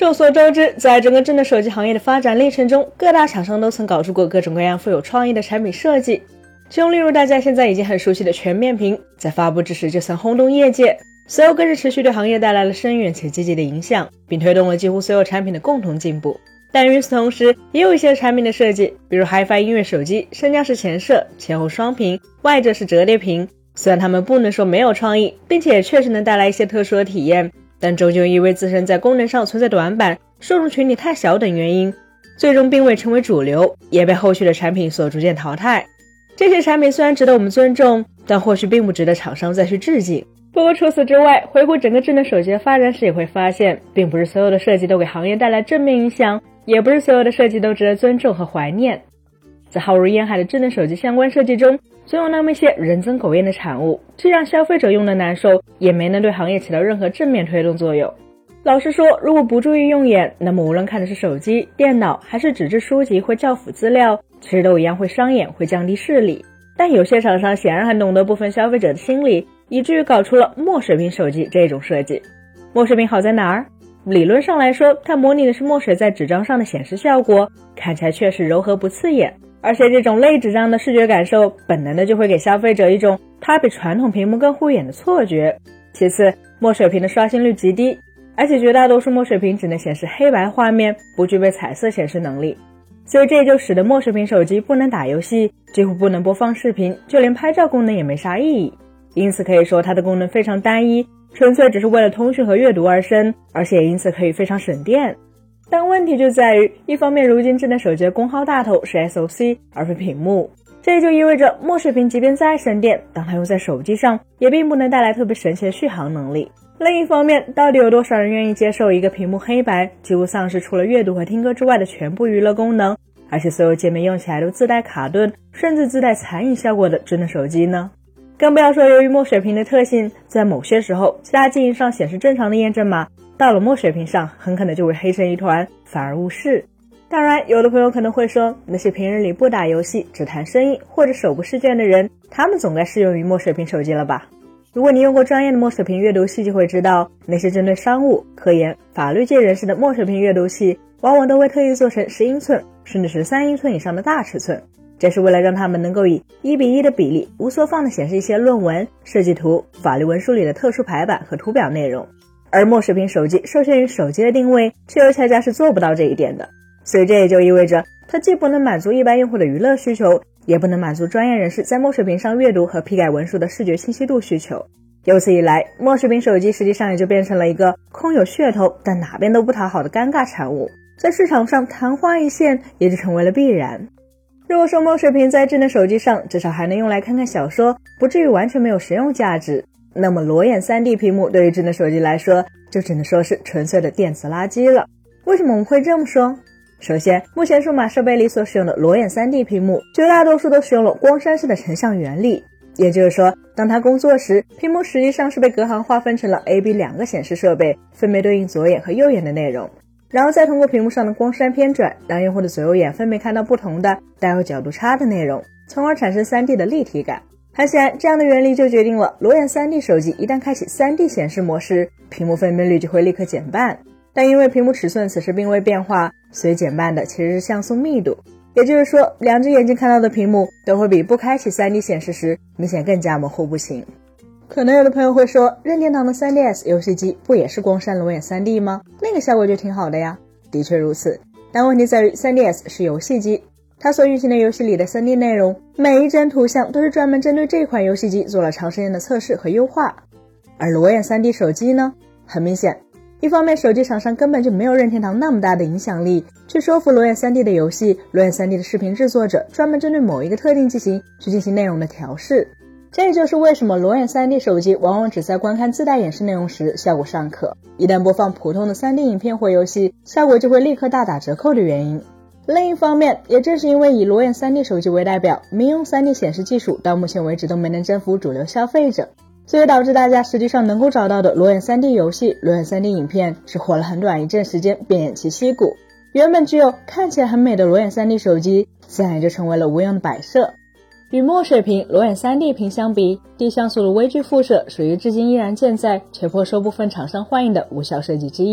众所周知，在整个智能手机行业的发展历程中，各大厂商都曾搞出过各种各样富有创意的产品设计。其中例如大家现在已经很熟悉的全面屏，在发布之时就曾轰动业界，随后更是持续对行业带来了深远且积极的影响，并推动了几乎所有产品的共同进步。但与此同时，也有一些产品的设计，比如 HiFi 音乐手机，升降式前摄、前后双屏，外折式折叠屏，虽然它们不能说没有创意，并且也确实能带来一些特殊的体验，但终究因为自身在功能上存在短板、受众群体太小等原因，最终并未成为主流，也被后续的产品所逐渐淘汰。这些产品虽然值得我们尊重，但或许并不值得厂商再去致敬。不过除此之外，回顾整个智能手机的发展史，也会发现并不是所有的设计都给行业带来正面影响，也不是所有的设计都值得尊重和怀念。在浩如烟海的智能手机相关设计中，总有那么一些人憎狗厌的产物，既让消费者用得难受，也没能对行业起到任何正面推动作用。老实说，如果不注意用眼，那么无论看的是手机、电脑还是纸质书籍或教辅资料，其实都一样会伤眼，会降低视力。但有些厂商显然很懂得部分消费者的心理，以至于搞出了墨水屏手机这种设计。墨水屏好在哪儿？理论上来说，它模拟的是墨水在纸张上的显示效果，看起来确实柔和不刺眼，而且这种类纸张的视觉感受本能的就会给消费者一种它比传统屏幕更护眼的错觉。其次，墨水屏的刷新率极低，而且绝大多数墨水屏只能显示黑白画面，不具备彩色显示能力，所以这也就使得墨水屏手机不能打游戏，几乎不能播放视频，就连拍照功能也没啥意义。因此可以说它的功能非常单一，纯粹只是为了通讯和阅读而生，而且也因此可以非常省电。但问题就在于，一方面如今智能手机的功耗大头是 SoC 而非屏幕，这也就意味着墨水屏即便再省电，当它用在手机上也并不能带来特别神奇的续航能力。另一方面，到底有多少人愿意接受一个屏幕黑白，几乎丧失除了阅读和听歌之外的全部娱乐功能，而且所有界面用起来都自带卡顿，甚至自带残影效果的智能手机呢？更不要说由于墨水屏的特性，在某些时候其他机型上显示正常的验证码，到了墨水屏上很可能就会黑成一团，反而误事。当然，有的朋友可能会说，那些平日里不打游戏只谈生意或者手不释卷的人，他们总该适用于墨水屏手机了吧？如果你用过专业的墨水屏阅读器，就会知道那些针对商务、科研、法律界人士的墨水屏阅读器往往都会特意做成10英寸甚至13英寸以上的大尺寸，这是为了让他们能够以1:1的比例无缩放地显示一些论文、设计图、法律文书里的特殊排版和图表内容。而墨水屏手机受限于手机的定位，却又恰恰是做不到这一点的，所以这也就意味着它既不能满足一般用户的娱乐需求，也不能满足专业人士在墨水屏上阅读和批改文书的视觉清晰度需求。由此一来，墨水屏手机实际上也就变成了一个空有噱头但哪边都不讨好的尴尬产物，在市场上昙花一现也就成为了必然。如果说墨水屏在智能手机上至少还能用来看看小说，不至于完全没有实用价值，那么裸眼 3D 屏幕对于智能手机来说就只能说是纯粹的电子垃圾了。为什么我们会这么说？首先，目前数码设备里所使用的裸眼 3D 屏幕绝大多数都使用了光栅式的成像原理，也就是说，当它工作时，屏幕实际上是被隔行划分成了 A、B 两个显示设备，分别对应左眼和右眼的内容，然后再通过屏幕上的光栅偏转，让用户的左右眼分别看到不同的带有角度差的内容，从而产生 3D 的立体感。很显然，这样的原理就决定了裸眼 3D 手机一旦开启 3D 显示模式，屏幕分辨率就会立刻减半。但因为屏幕尺寸此时并未变化，所以减半的其实是像素密度，也就是说，两只眼睛看到的屏幕都会比不开启 3D 显示时明显更加模糊不清。可能有的朋友会说，任天堂的 3DS 游戏机不也是光栅裸眼 3D 吗？那个效果就挺好的呀。的确如此，但问题在于 3DS 是游戏机，它所运行的游戏里的 3D 内容，每一帧图像都是专门针对这款游戏机做了长时间的测试和优化。而裸眼 3D 手机呢，很明显，一方面手机厂商根本就没有任天堂那么大的影响力去说服裸眼 3D 的游戏、裸眼 3D 的视频制作者专门针对某一个特定机型去进行内容的调试。这也就是为什么裸眼 3D 手机往往只在观看自带演示内容时效果尚可，一旦播放普通的 3D 影片或游戏，效果就会立刻大打折扣的原因。另一方面，也正是因为以裸眼 3D 手机为代表，民用 3D 显示技术到目前为止都没能征服主流消费者，所以导致大家实际上能够找到的裸眼 3D 游戏、裸眼 3D 影片只火了很短一阵时间便偃旗息鼓，原本只有看起来很美的裸眼 3D 手机自然也就成为了无用的摆设。与墨水屏、裸眼 3D 屏相比，低像素的微距辐射属于至今依然健在且颇受部分厂商欢迎的无效设计之一。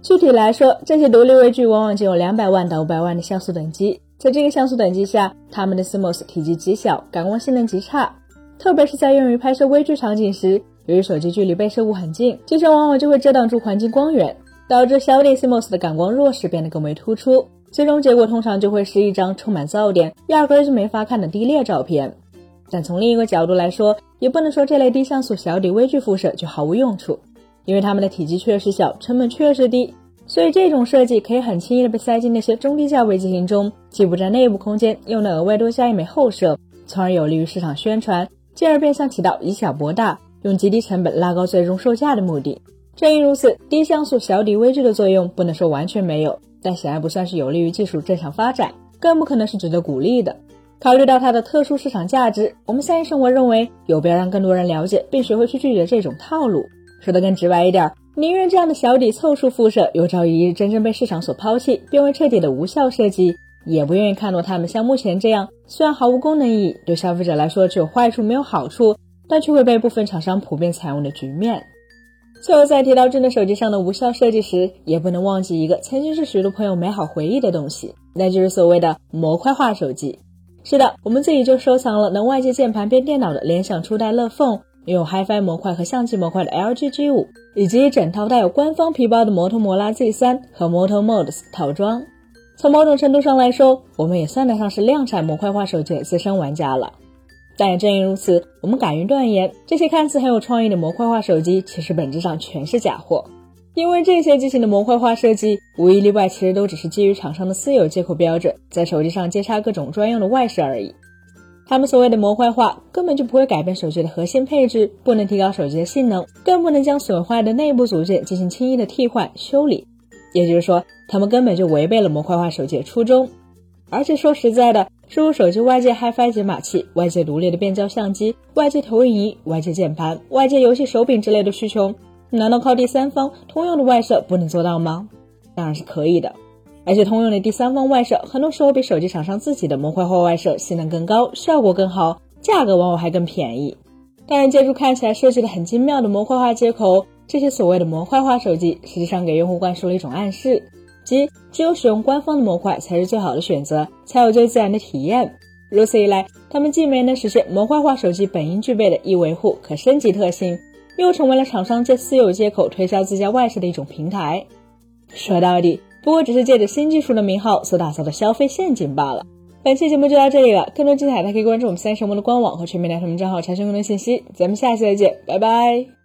具体来说，这些独立微距往往仅有200万到500万的像素等级，在这个像素等级下，它们的 CMOS 体积极小，感光性能极差，特别是在用于拍摄微距场景时，由于手机距离被摄物很近，机身往往就会遮挡住环境光源，导致小底 CMOS 的感光弱势变得更为突出，最终结果通常就会是一张充满噪点，压根就没法看的低劣照片。但从另一个角度来说，也不能说这类低像素小底微距辐射就毫无用处，因为它们的体积确实小，成本确实低，所以这种设计可以很轻易的被塞进那些中低价位机型中，既不占内部空间，又能额外多加一枚后摄，从而有利于市场宣传，进而变相起到以小博大，用极低成本拉高最终售价的目的。正因如此，低像素小底微距的作用不能说完全没有，但显然不算是有利于技术正常发展，更不可能是值得鼓励的。考虑到它的特殊市场价值，我们三一生活认为有必要让更多人了解并学会去拒绝这种套路。说得更直白一点，宁愿这样的小底凑数辐射有朝一日真正被市场所抛弃，变为彻底的无效设计，也不愿意看到它们像目前这样，虽然毫无功能意义，对消费者来说只有坏处没有好处，但却会被部分厂商普遍采用的局面。最后在提到智能手机上的无效设计时，也不能忘记一个曾经是许多朋友美好回忆的东西，那就是所谓的模块化手机。是的，我们自己就收藏了能外接键盘变电脑的联想初代乐凤，拥有 HiFi 模块和相机模块的 LG G5， 以及一整套带有官方皮包的摩托罗拉 Z3 和 Moto Mods 套装。从某种程度上来说，我们也算得上是量产模块化手机的资深玩家了。但也正因如此，我们敢于断言，这些看似很有创意的模块化手机其实本质上全是假货。因为这些机型的模块化设计无一例外其实都只是基于厂商的私有接口标准，在手机上接插各种专用的外设而已。他们所谓的模块化根本就不会改变手机的核心配置，不能提高手机的性能，更不能将损坏的内部组件进行轻易的替换修理。也就是说，他们根本就违背了模块化手机的初衷。而且说实在的，诸如手机外接 HiFi 解码器、外接独立的变焦相机、外接投影仪、外接键盘、外接游戏手柄之类的需求，难道靠第三方通用的外设不能做到吗？当然是可以的。而且通用的第三方外设很多时候比手机厂商自己的模块化外设性能更高，效果更好，价格往往还更便宜。当然，借助看起来设计的很精妙的模块化接口，这些所谓的模块化手机实际上给用户灌输了一种暗示，即只有使用官方的模块才是最好的选择，才有最自然的体验。如此一来，他们既没能实现模块化手机本应具备的易维护、可升级特性，又成为了厂商借私有接口推销自家外设的一种平台。说到底，不过只是借着新技术的名号所打造的消费陷阱罢了。本期节目就到这里了，更多精彩大家可以关注我们三一生活的官网和全面聊天账号查询更多信息。咱们下期再见，拜拜。